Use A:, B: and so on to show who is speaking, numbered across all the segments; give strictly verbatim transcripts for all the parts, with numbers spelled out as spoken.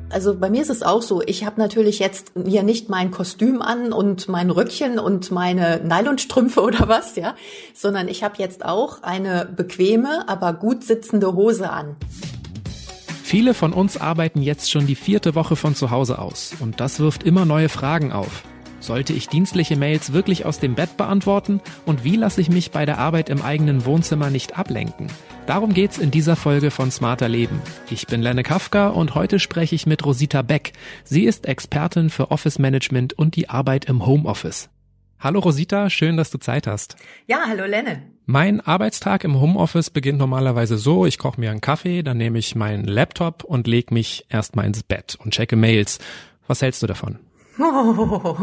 A: Also bei mir ist es auch so, ich habe natürlich jetzt hier nicht mein Kostüm an und mein Röckchen und meine Nylonstrümpfe oder was, ja, sondern ich habe jetzt auch eine bequeme, aber gut sitzende Hose an.
B: Viele von uns arbeiten jetzt schon die vierte Woche von zu Hause aus und das wirft immer neue Fragen auf. Sollte ich dienstliche Mails wirklich aus dem Bett beantworten und wie lasse ich mich bei der Arbeit im eigenen Wohnzimmer nicht ablenken? Darum geht's in dieser Folge von Smarter Leben. Ich bin Lenne Kafka und heute spreche ich mit Rosita Beck. Sie ist Expertin für Office Management und die Arbeit im Homeoffice. Hallo Rosita, schön, dass du Zeit hast.
A: Ja, hallo Lenne.
B: Mein Arbeitstag im Homeoffice beginnt normalerweise so, ich koche mir einen Kaffee, dann nehme ich meinen Laptop und lege mich erstmal ins Bett und checke Mails. Was hältst du davon?
A: Oh.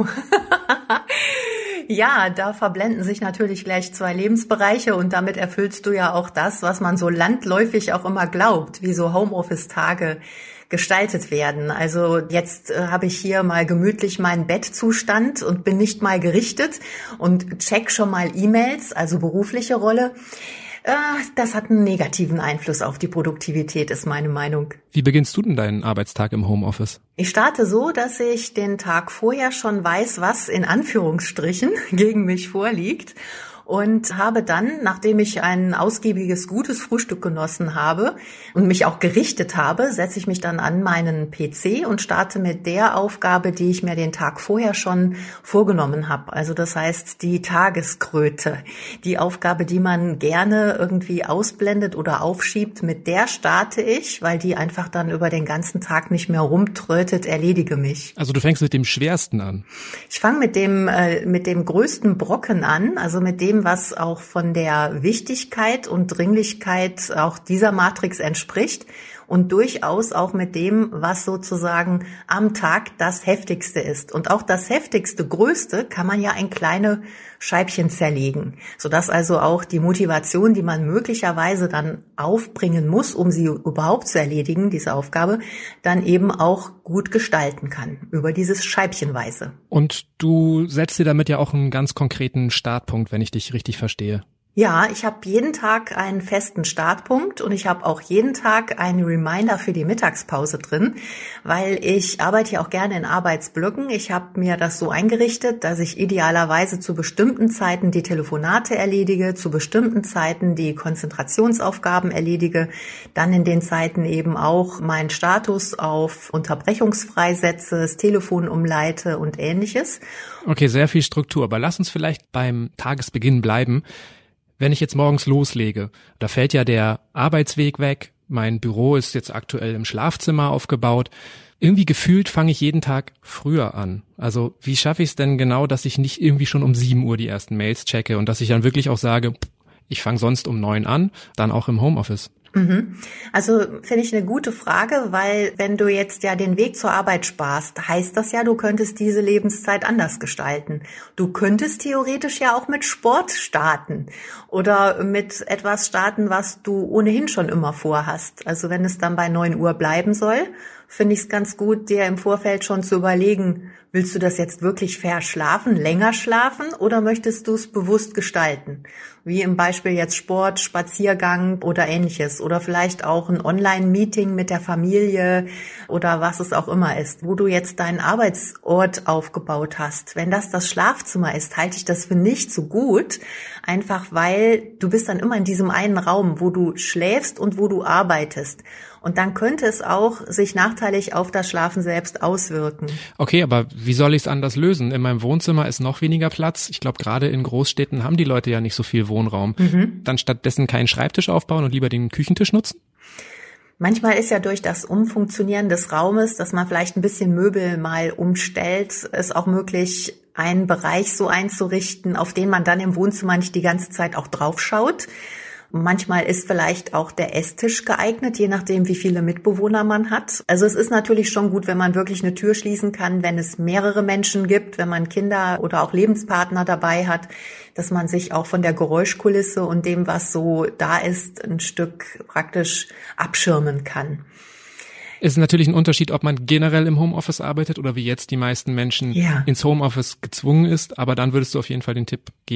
A: Ja, da verblenden sich natürlich gleich zwei Lebensbereiche und damit erfüllst du ja auch das, was man so landläufig auch immer glaubt, wie so Homeoffice-Tage gestaltet werden. Also jetzt äh, habe ich hier mal gemütlich meinen Bettzustand und bin nicht mal gerichtet und check schon mal E-Mails, also berufliche Rolle. Das hat einen negativen Einfluss auf die Produktivität, ist meine Meinung.
B: Wie beginnst du denn deinen Arbeitstag im Homeoffice?
A: Ich starte so, dass ich den Tag vorher schon weiß, was in Anführungsstrichen gegen mich vorliegt. Und habe dann, nachdem ich ein ausgiebiges, gutes Frühstück genossen habe und mich auch gerichtet habe, setze ich mich dann an meinen P C und starte mit der Aufgabe, die ich mir den Tag vorher schon vorgenommen habe. Also das heißt die Tageskröte, die Aufgabe, die man gerne irgendwie ausblendet oder aufschiebt, mit der starte ich, weil die einfach dann über den ganzen Tag nicht mehr rumtrötet, erledige mich.
B: Also du fängst mit dem Schwersten an?
A: Ich fange mit dem äh, mit dem größten Brocken an, also mit dem, was auch von der Wichtigkeit und Dringlichkeit auch dieser Matrix entspricht und durchaus auch mit dem, was sozusagen am Tag das Heftigste ist. Und auch das Heftigste, Größte kann man ja in kleine Scheibchen zerlegen, sodass also auch die Motivation, die man möglicherweise dann aufbringen muss, um sie überhaupt zu erledigen, diese Aufgabe, dann eben auch gut gestalten kann, über dieses Scheibchenweise.
B: Und du setzt dir damit ja auch einen ganz konkreten Startpunkt, wenn ich dich richtig verstehe.
A: Ja, ich habe jeden Tag einen festen Startpunkt und ich habe auch jeden Tag einen Reminder für die Mittagspause drin, weil ich arbeite ja auch gerne in Arbeitsblöcken. Ich habe mir das so eingerichtet, dass ich idealerweise zu bestimmten Zeiten die Telefonate erledige, zu bestimmten Zeiten die Konzentrationsaufgaben erledige, dann in den Zeiten eben auch meinen Status auf unterbrechungsfrei setze, das Telefon umleite und Ähnliches.
B: Okay, sehr viel Struktur, aber lass uns vielleicht beim Tagesbeginn bleiben. Wenn ich jetzt morgens loslege, da fällt ja der Arbeitsweg weg, mein Büro ist jetzt aktuell im Schlafzimmer aufgebaut. Irgendwie gefühlt fange ich jeden Tag früher an. Also wie schaffe ich es denn genau, dass ich nicht irgendwie schon um sieben Uhr die ersten Mails checke und dass ich dann wirklich auch sage, ich fange sonst um neun an, dann auch im Homeoffice?
A: Also finde ich eine gute Frage, weil wenn du jetzt ja den Weg zur Arbeit sparst, heißt das ja, du könntest diese Lebenszeit anders gestalten. Du könntest theoretisch ja auch mit Sport starten oder mit etwas starten, was du ohnehin schon immer vorhast. Also wenn es dann bei neun Uhr bleiben soll, finde ich es ganz gut, dir im Vorfeld schon zu überlegen, willst du das jetzt wirklich verschlafen, länger schlafen oder möchtest du es bewusst gestalten? Wie im Beispiel jetzt Sport, Spaziergang oder Ähnliches oder vielleicht auch ein Online-Meeting mit der Familie oder was es auch immer ist, wo du jetzt deinen Arbeitsort aufgebaut hast. Wenn das das Schlafzimmer ist, halte ich das für nicht so gut, einfach weil du bist dann immer in diesem einen Raum, wo du schläfst und wo du arbeitest. Und dann könnte es auch sich nachteilig auf das Schlafen selbst auswirken.
B: Okay, aber wie soll ich es anders lösen? In meinem Wohnzimmer ist noch weniger Platz. Ich glaube, gerade in Großstädten haben die Leute ja nicht so viel Wohnraum. Mhm. Dann stattdessen keinen Schreibtisch aufbauen und lieber den Küchentisch nutzen?
A: Manchmal ist ja durch das Umfunktionieren des Raumes, dass man vielleicht ein bisschen Möbel mal umstellt, es auch möglich, einen Bereich so einzurichten, auf den man dann im Wohnzimmer nicht die ganze Zeit auch drauf schaut. Manchmal ist vielleicht auch der Esstisch geeignet, je nachdem, wie viele Mitbewohner man hat. Also es ist natürlich schon gut, wenn man wirklich eine Tür schließen kann, wenn es mehrere Menschen gibt, wenn man Kinder oder auch Lebenspartner dabei hat, dass man sich auch von der Geräuschkulisse und dem, was so da ist, ein Stück praktisch abschirmen kann.
B: Es ist natürlich ein Unterschied, ob man generell im Homeoffice arbeitet oder wie jetzt die meisten Menschen
A: ja.
B: ins Homeoffice gezwungen ist. Aber dann würdest du auf jeden Fall den Tipp geben,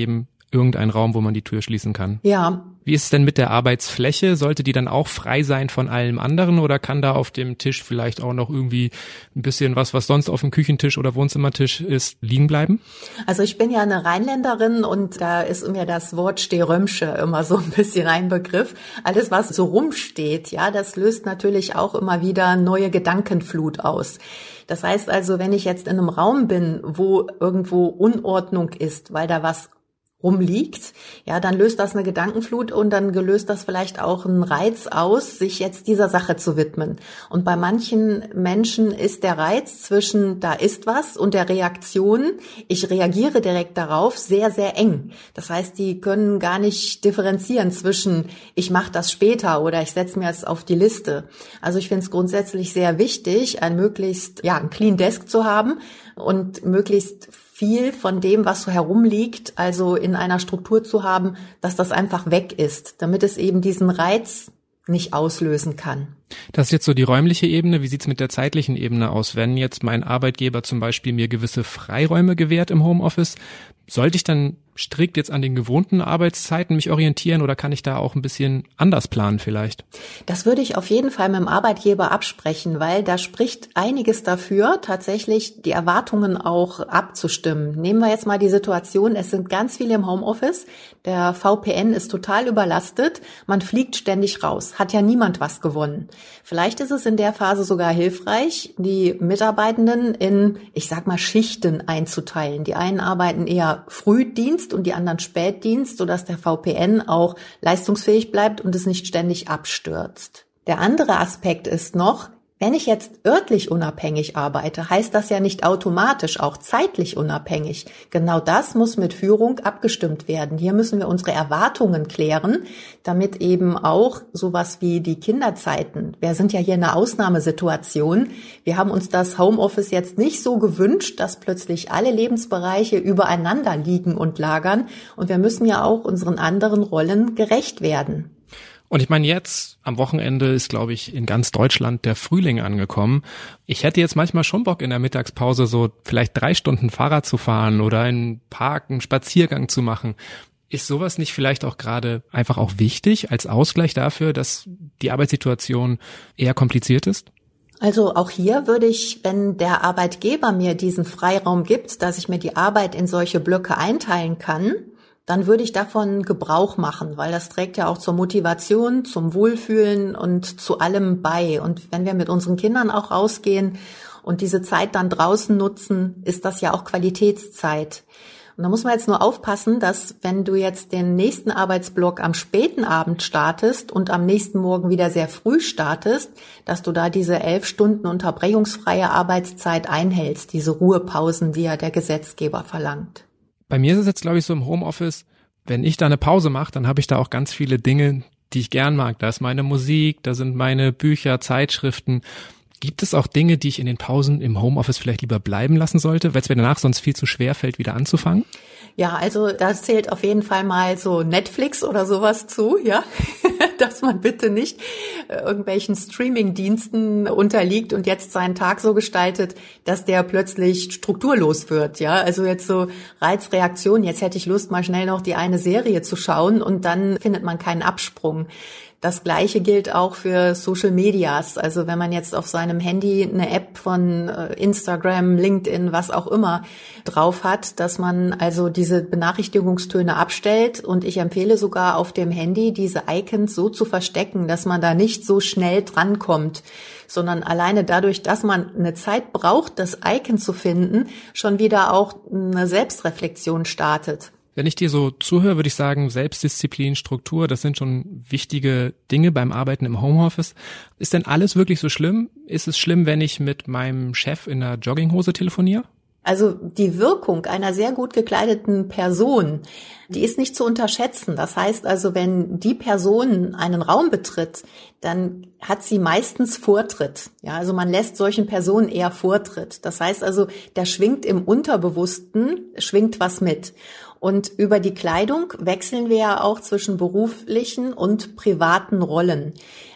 B: irgendein Raum, wo man die Tür schließen kann.
A: Ja.
B: Wie ist es denn mit der Arbeitsfläche? Sollte die dann auch frei sein von allem anderen oder kann da auf dem Tisch vielleicht auch noch irgendwie ein bisschen was, was sonst auf dem Küchentisch oder Wohnzimmertisch ist, liegen bleiben?
A: Also ich bin ja eine Rheinländerin und da ist mir das Wort Stehrömsche immer so ein bisschen ein Begriff. Alles, was so rumsteht, ja, das löst natürlich auch immer wieder neue Gedankenflut aus. Das heißt also, wenn ich jetzt in einem Raum bin, wo irgendwo Unordnung ist, weil da was rumliegt, ja, dann löst das eine Gedankenflut und dann gelöst das vielleicht auch einen Reiz aus, sich jetzt dieser Sache zu widmen. Und bei manchen Menschen ist der Reiz zwischen da ist was und der Reaktion, ich reagiere direkt darauf, sehr, sehr eng. Das heißt, die können gar nicht differenzieren zwischen ich mache das später oder ich setze mir es auf die Liste. Also ich finde es grundsätzlich sehr wichtig, ein möglichst, ja, ein Clean Desk zu haben und möglichst viel von dem, was so herumliegt, also in einer Struktur zu haben, dass das einfach weg ist, damit es eben diesen Reiz nicht auslösen kann.
B: Das ist jetzt so die räumliche Ebene. Wie sieht's mit der zeitlichen Ebene aus? Wenn jetzt mein Arbeitgeber zum Beispiel mir gewisse Freiräume gewährt im Homeoffice, sollte ich dann strikt jetzt an den gewohnten Arbeitszeiten mich orientieren oder kann ich da auch ein bisschen anders planen vielleicht?
A: Das würde ich auf jeden Fall mit dem Arbeitgeber absprechen, weil da spricht einiges dafür, tatsächlich die Erwartungen auch abzustimmen. Nehmen wir jetzt mal die Situation, es sind ganz viele im Homeoffice, der V P N ist total überlastet, man fliegt ständig raus, hat ja niemand was gewonnen. Vielleicht ist es in der Phase sogar hilfreich, die Mitarbeitenden in, ich sag mal, Schichten einzuteilen. Die einen arbeiten eher Frühdienst und die anderen Spätdienst, sodass der V P N auch leistungsfähig bleibt und es nicht ständig abstürzt. Der andere Aspekt ist noch, wenn ich jetzt örtlich unabhängig arbeite, heißt das ja nicht automatisch auch zeitlich unabhängig. Genau das muss mit Führung abgestimmt werden. Hier müssen wir unsere Erwartungen klären, damit eben auch sowas wie die Kinderzeiten, wir sind ja hier in einer Ausnahmesituation, wir haben uns das Homeoffice jetzt nicht so gewünscht, dass plötzlich alle Lebensbereiche übereinander liegen und lagern und wir müssen ja auch unseren anderen Rollen gerecht werden.
B: Und ich meine, jetzt am Wochenende ist, glaube ich, in ganz Deutschland der Frühling angekommen. Ich hätte jetzt manchmal schon Bock in der Mittagspause so vielleicht drei Stunden Fahrrad zu fahren oder einen Park, einen Spaziergang zu machen. Ist sowas nicht vielleicht auch gerade einfach auch wichtig als Ausgleich dafür, dass die Arbeitssituation eher kompliziert ist?
A: Also auch hier würde ich, wenn der Arbeitgeber mir diesen Freiraum gibt, dass ich mir die Arbeit in solche Blöcke einteilen kann, dann würde ich davon Gebrauch machen, weil das trägt ja auch zur Motivation, zum Wohlfühlen und zu allem bei. Und wenn wir mit unseren Kindern auch rausgehen und diese Zeit dann draußen nutzen, ist das ja auch Qualitätszeit. Und da muss man jetzt nur aufpassen, dass wenn du jetzt den nächsten Arbeitsblock am späten Abend startest und am nächsten Morgen wieder sehr früh startest, dass du da diese elf Stunden unterbrechungsfreie Arbeitszeit einhältst, diese Ruhepausen, die ja der Gesetzgeber verlangt.
B: Bei mir ist es jetzt, glaube ich, so im Homeoffice, wenn ich da eine Pause mache, dann habe ich da auch ganz viele Dinge, die ich gern mag. Da ist meine Musik, da sind meine Bücher, Zeitschriften. Gibt es auch Dinge, die ich in den Pausen im Homeoffice vielleicht lieber bleiben lassen sollte, weil es mir danach sonst viel zu schwer fällt, wieder anzufangen?
A: Ja, also da zählt auf jeden Fall mal so Netflix oder sowas zu, ja, dass man bitte nicht äh, irgendwelchen Streaming-Diensten unterliegt und jetzt seinen Tag so gestaltet, dass der plötzlich strukturlos wird, ja. Also jetzt so Reizreaktion, jetzt hätte ich Lust, mal schnell noch die eine Serie zu schauen und dann findet man keinen Absprung. Das Gleiche gilt auch für Social Medias. Also wenn man jetzt auf seinem Handy eine App von Instagram, LinkedIn, was auch immer drauf hat, dass man also diese Benachrichtigungstöne abstellt. Und ich empfehle sogar auf dem Handy diese Icons so zu verstecken, dass man da nicht so schnell drankommt, sondern alleine dadurch, dass man eine Zeit braucht, das Icon zu finden, schon wieder auch eine Selbstreflexion startet.
B: Wenn ich dir so zuhöre, würde ich sagen, Selbstdisziplin, Struktur, das sind schon wichtige Dinge beim Arbeiten im Homeoffice. Ist denn alles wirklich so schlimm? Ist es schlimm, wenn ich mit meinem Chef in einer Jogginghose telefoniere?
A: Also die Wirkung einer sehr gut gekleideten Person, die ist nicht zu unterschätzen. Das heißt also, wenn die Person einen Raum betritt, dann hat sie meistens Vortritt. Ja, also man lässt solchen Personen eher Vortritt. Das heißt also, da schwingt im Unterbewussten, schwingt was mit. Und über die Kleidung wechseln wir ja auch zwischen beruflichen und privaten Rollen.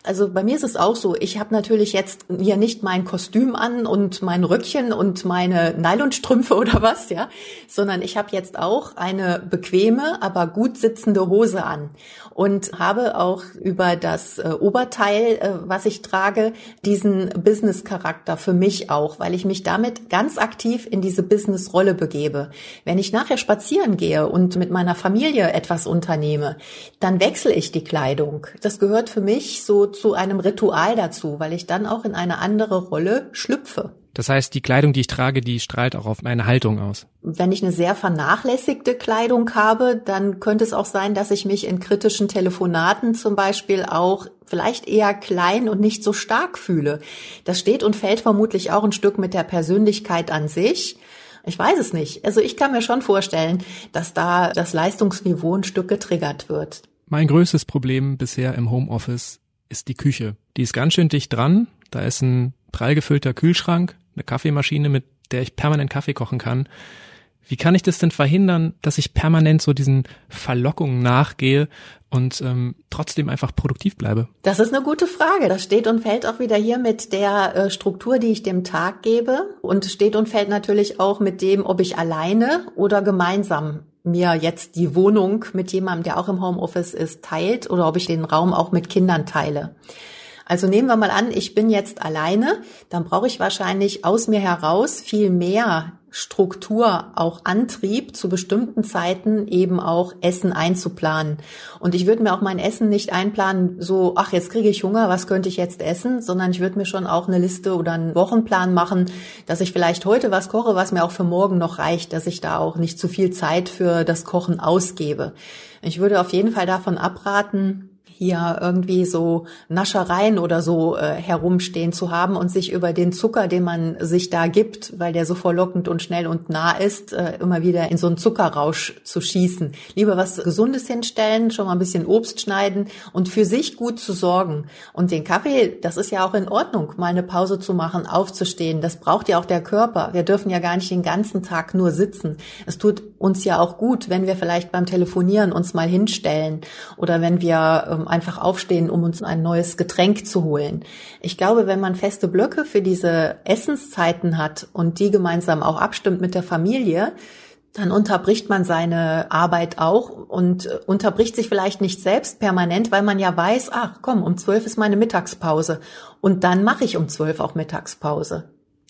A: Also bei mir ist es auch so, ich habe natürlich jetzt hier nicht mein Kostüm an und mein Röckchen und meine Nylonstrümpfe oder was, ja, sondern ich habe jetzt auch eine bequeme, aber gut sitzende Hose an und habe auch über das äh, Oberteil, äh, was ich trage, diesen Business-Charakter für mich auch, weil ich mich damit ganz aktiv in diese Business-Rolle begebe. Wenn ich nachher spazieren gehe und mit meiner Familie etwas unternehme, dann wechsle ich die Kleidung. Das gehört für mich so zu einem Ritual dazu, weil ich dann auch in eine andere Rolle schlüpfe.
B: Das heißt, die Kleidung, die ich trage, die strahlt auch auf meine Haltung aus.
A: Wenn ich eine sehr vernachlässigte Kleidung habe, dann könnte es auch sein, dass ich mich in kritischen Telefonaten zum Beispiel auch vielleicht eher klein und nicht so stark fühle. Das steht und fällt vermutlich auch ein Stück mit der Persönlichkeit an sich. Ich weiß es nicht. Also ich kann mir schon vorstellen, dass da das Leistungsniveau ein Stück getriggert wird.
B: Mein größtes Problem bisher im Homeoffice ist die Küche. Die ist ganz schön dicht dran. Da ist ein prall gefüllter Kühlschrank, eine Kaffeemaschine, mit der ich permanent Kaffee kochen kann. Wie kann ich das denn verhindern, dass ich permanent so diesen Verlockungen nachgehe und ähm, trotzdem einfach produktiv bleibe?
A: Das ist eine gute Frage. Das steht und fällt auch wieder hier mit der äh, Struktur, die ich dem Tag gebe. Und steht und fällt natürlich auch mit dem, ob ich alleine oder gemeinsam mir jetzt die Wohnung mit jemandem, der auch im Homeoffice ist, teilt oder ob ich den Raum auch mit Kindern teile. Also nehmen wir mal an, ich bin jetzt alleine, dann brauche ich wahrscheinlich aus mir heraus viel mehr Struktur, auch Antrieb, zu bestimmten Zeiten eben auch Essen einzuplanen. Und ich würde mir auch mein Essen nicht einplanen, so, ach, jetzt kriege ich Hunger, was könnte ich jetzt essen, sondern ich würde mir schon auch eine Liste oder einen Wochenplan machen, dass ich vielleicht heute was koche, was mir auch für morgen noch reicht, dass ich da auch nicht zu viel Zeit für das Kochen ausgebe. Ich würde auf jeden Fall davon abraten, hier irgendwie so Naschereien oder so äh, herumstehen zu haben und sich über den Zucker, den man sich da gibt, weil der so verlockend und schnell und nah ist, äh, immer wieder in so einen Zuckerrausch zu schießen. Lieber was Gesundes hinstellen, schon mal ein bisschen Obst schneiden und für sich gut zu sorgen. Und den Kaffee, das ist ja auch in Ordnung, mal eine Pause zu machen, aufzustehen. Das braucht ja auch der Körper. Wir dürfen ja gar nicht den ganzen Tag nur sitzen. Es tut uns ja auch gut, wenn wir vielleicht beim Telefonieren uns mal hinstellen oder wenn wir ähm, einfach aufstehen, um uns ein neues Getränk zu holen. Ich glaube, wenn man feste Blöcke für diese Essenszeiten hat und die gemeinsam auch abstimmt mit der Familie, dann unterbricht man seine Arbeit auch und unterbricht sich vielleicht nicht selbst permanent, weil man ja weiß, ach komm, um zwölf ist meine Mittagspause und dann mache ich um zwölf auch Mittagspause.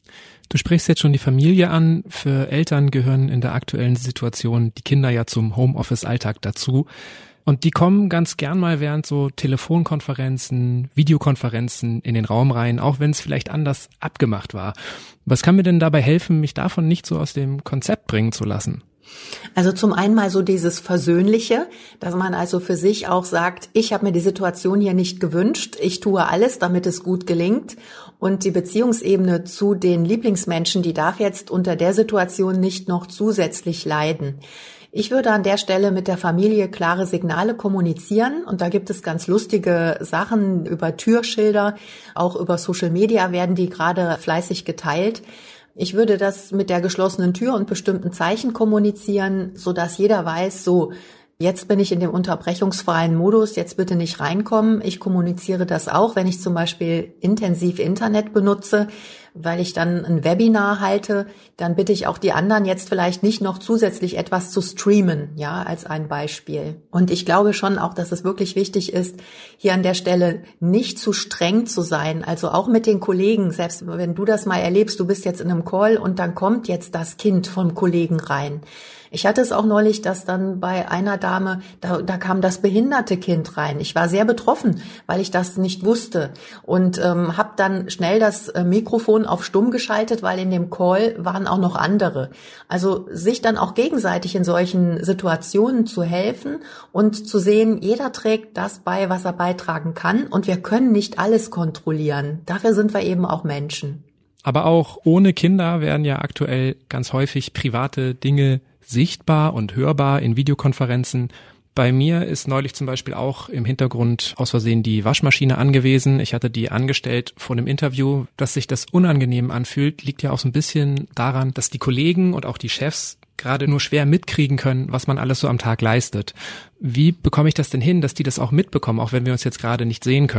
B: Du sprichst jetzt schon die Familie an. Für Eltern gehören in der aktuellen Situation die Kinder ja zum Homeoffice-Alltag dazu. Und die kommen ganz gern mal während so Telefonkonferenzen, Videokonferenzen in den Raum rein, auch wenn es vielleicht anders abgemacht war. Was kann mir denn dabei helfen, mich davon nicht so aus dem Konzept bringen zu lassen?
A: Also zum einen mal so dieses Versöhnliche, dass man also für sich auch sagt, ich habe mir die Situation hier nicht gewünscht, ich tue alles, damit es gut gelingt. Und die Beziehungsebene zu den Lieblingsmenschen, die darf jetzt unter der Situation nicht noch zusätzlich leiden. Ich würde an der Stelle mit der Familie klare Signale kommunizieren und da gibt es ganz lustige Sachen über Türschilder, auch über Social Media werden die gerade fleißig geteilt. Ich würde das mit der geschlossenen Tür und bestimmten Zeichen kommunizieren, sodass jeder weiß, so, jetzt bin ich in dem unterbrechungsfreien Modus, jetzt bitte nicht reinkommen. Ich kommuniziere das auch, wenn ich zum Beispiel intensiv Internet benutze, weil ich dann ein Webinar halte, dann bitte ich auch die anderen jetzt vielleicht nicht noch zusätzlich etwas zu streamen, ja, als ein Beispiel. Und ich glaube schon auch, dass es wirklich wichtig ist, hier an der Stelle nicht zu streng zu sein, also auch mit den Kollegen, selbst wenn du das mal erlebst, du bist jetzt in einem Call und dann kommt jetzt das Kind vom Kollegen rein. Ich hatte es auch neulich, dass dann bei einer Dame, da, da kam das behinderte Kind rein. Ich war sehr betroffen, weil ich das nicht wusste und ähm, habe dann schnell das äh, Mikrofon auf stumm geschaltet, weil in dem Call waren auch noch andere. Also sich dann auch gegenseitig in solchen Situationen zu helfen und zu sehen, jeder trägt das bei, was er beitragen kann und wir können nicht alles kontrollieren. Dafür sind wir eben auch Menschen.
B: Aber auch ohne Kinder werden ja aktuell ganz häufig private Dinge sichtbar und hörbar in Videokonferenzen. Bei mir ist neulich zum Beispiel auch im Hintergrund aus Versehen die Waschmaschine angewiesen. Ich hatte die angestellt vor einem Interview. Dass sich das unangenehm anfühlt, liegt ja auch so ein bisschen daran, dass die Kollegen und auch die Chefs gerade nur schwer mitkriegen können, was man alles so am Tag leistet. Wie bekomme ich das denn hin, dass die das auch mitbekommen, auch wenn wir uns jetzt gerade nicht sehen können?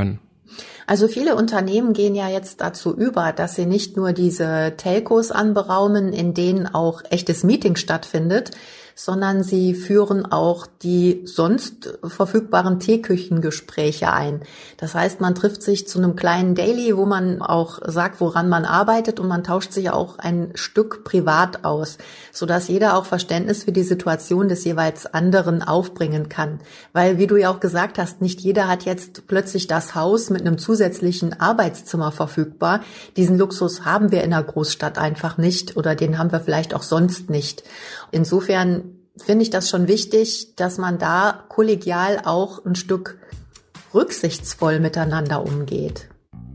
A: Also viele Unternehmen gehen ja jetzt dazu über, dass sie nicht nur diese Telcos anberaumen, in denen auch echtes Meeting stattfindet, sondern sie führen auch die sonst verfügbaren Teeküchengespräche ein. Das heißt, man trifft sich zu einem kleinen Daily, wo man auch sagt, woran man arbeitet, und man tauscht sich auch ein Stück privat aus, sodass jeder auch Verständnis für die Situation des jeweils anderen aufbringen kann. Weil, wie du ja auch gesagt hast, nicht jeder hat jetzt plötzlich das Haus mit einem zusätzlichen Arbeitszimmer verfügbar. Diesen Luxus haben wir in der Großstadt einfach nicht, oder den haben wir vielleicht auch sonst nicht. Insofern finde ich das schon wichtig, dass man da kollegial auch ein Stück rücksichtsvoll miteinander umgeht.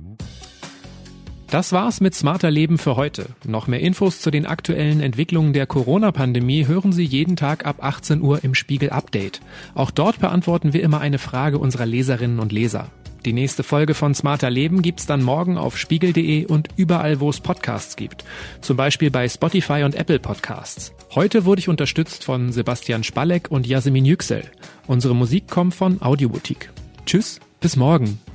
B: Das war's mit Smarter Leben für heute. Noch mehr Infos zu den aktuellen Entwicklungen der Corona-Pandemie hören Sie jeden Tag ab achtzehn Uhr im Spiegel Update. Auch dort beantworten wir immer eine Frage unserer Leserinnen und Leser. Die nächste Folge von Smarter Leben gibt's dann morgen auf spiegel punkt de und überall, wo es Podcasts gibt. Zum Beispiel bei Spotify und Apple Podcasts. Heute wurde ich unterstützt von Sebastian Spalleck und Yasemin Yüksel. Unsere Musik kommt von Audioboutique. Tschüss, bis morgen.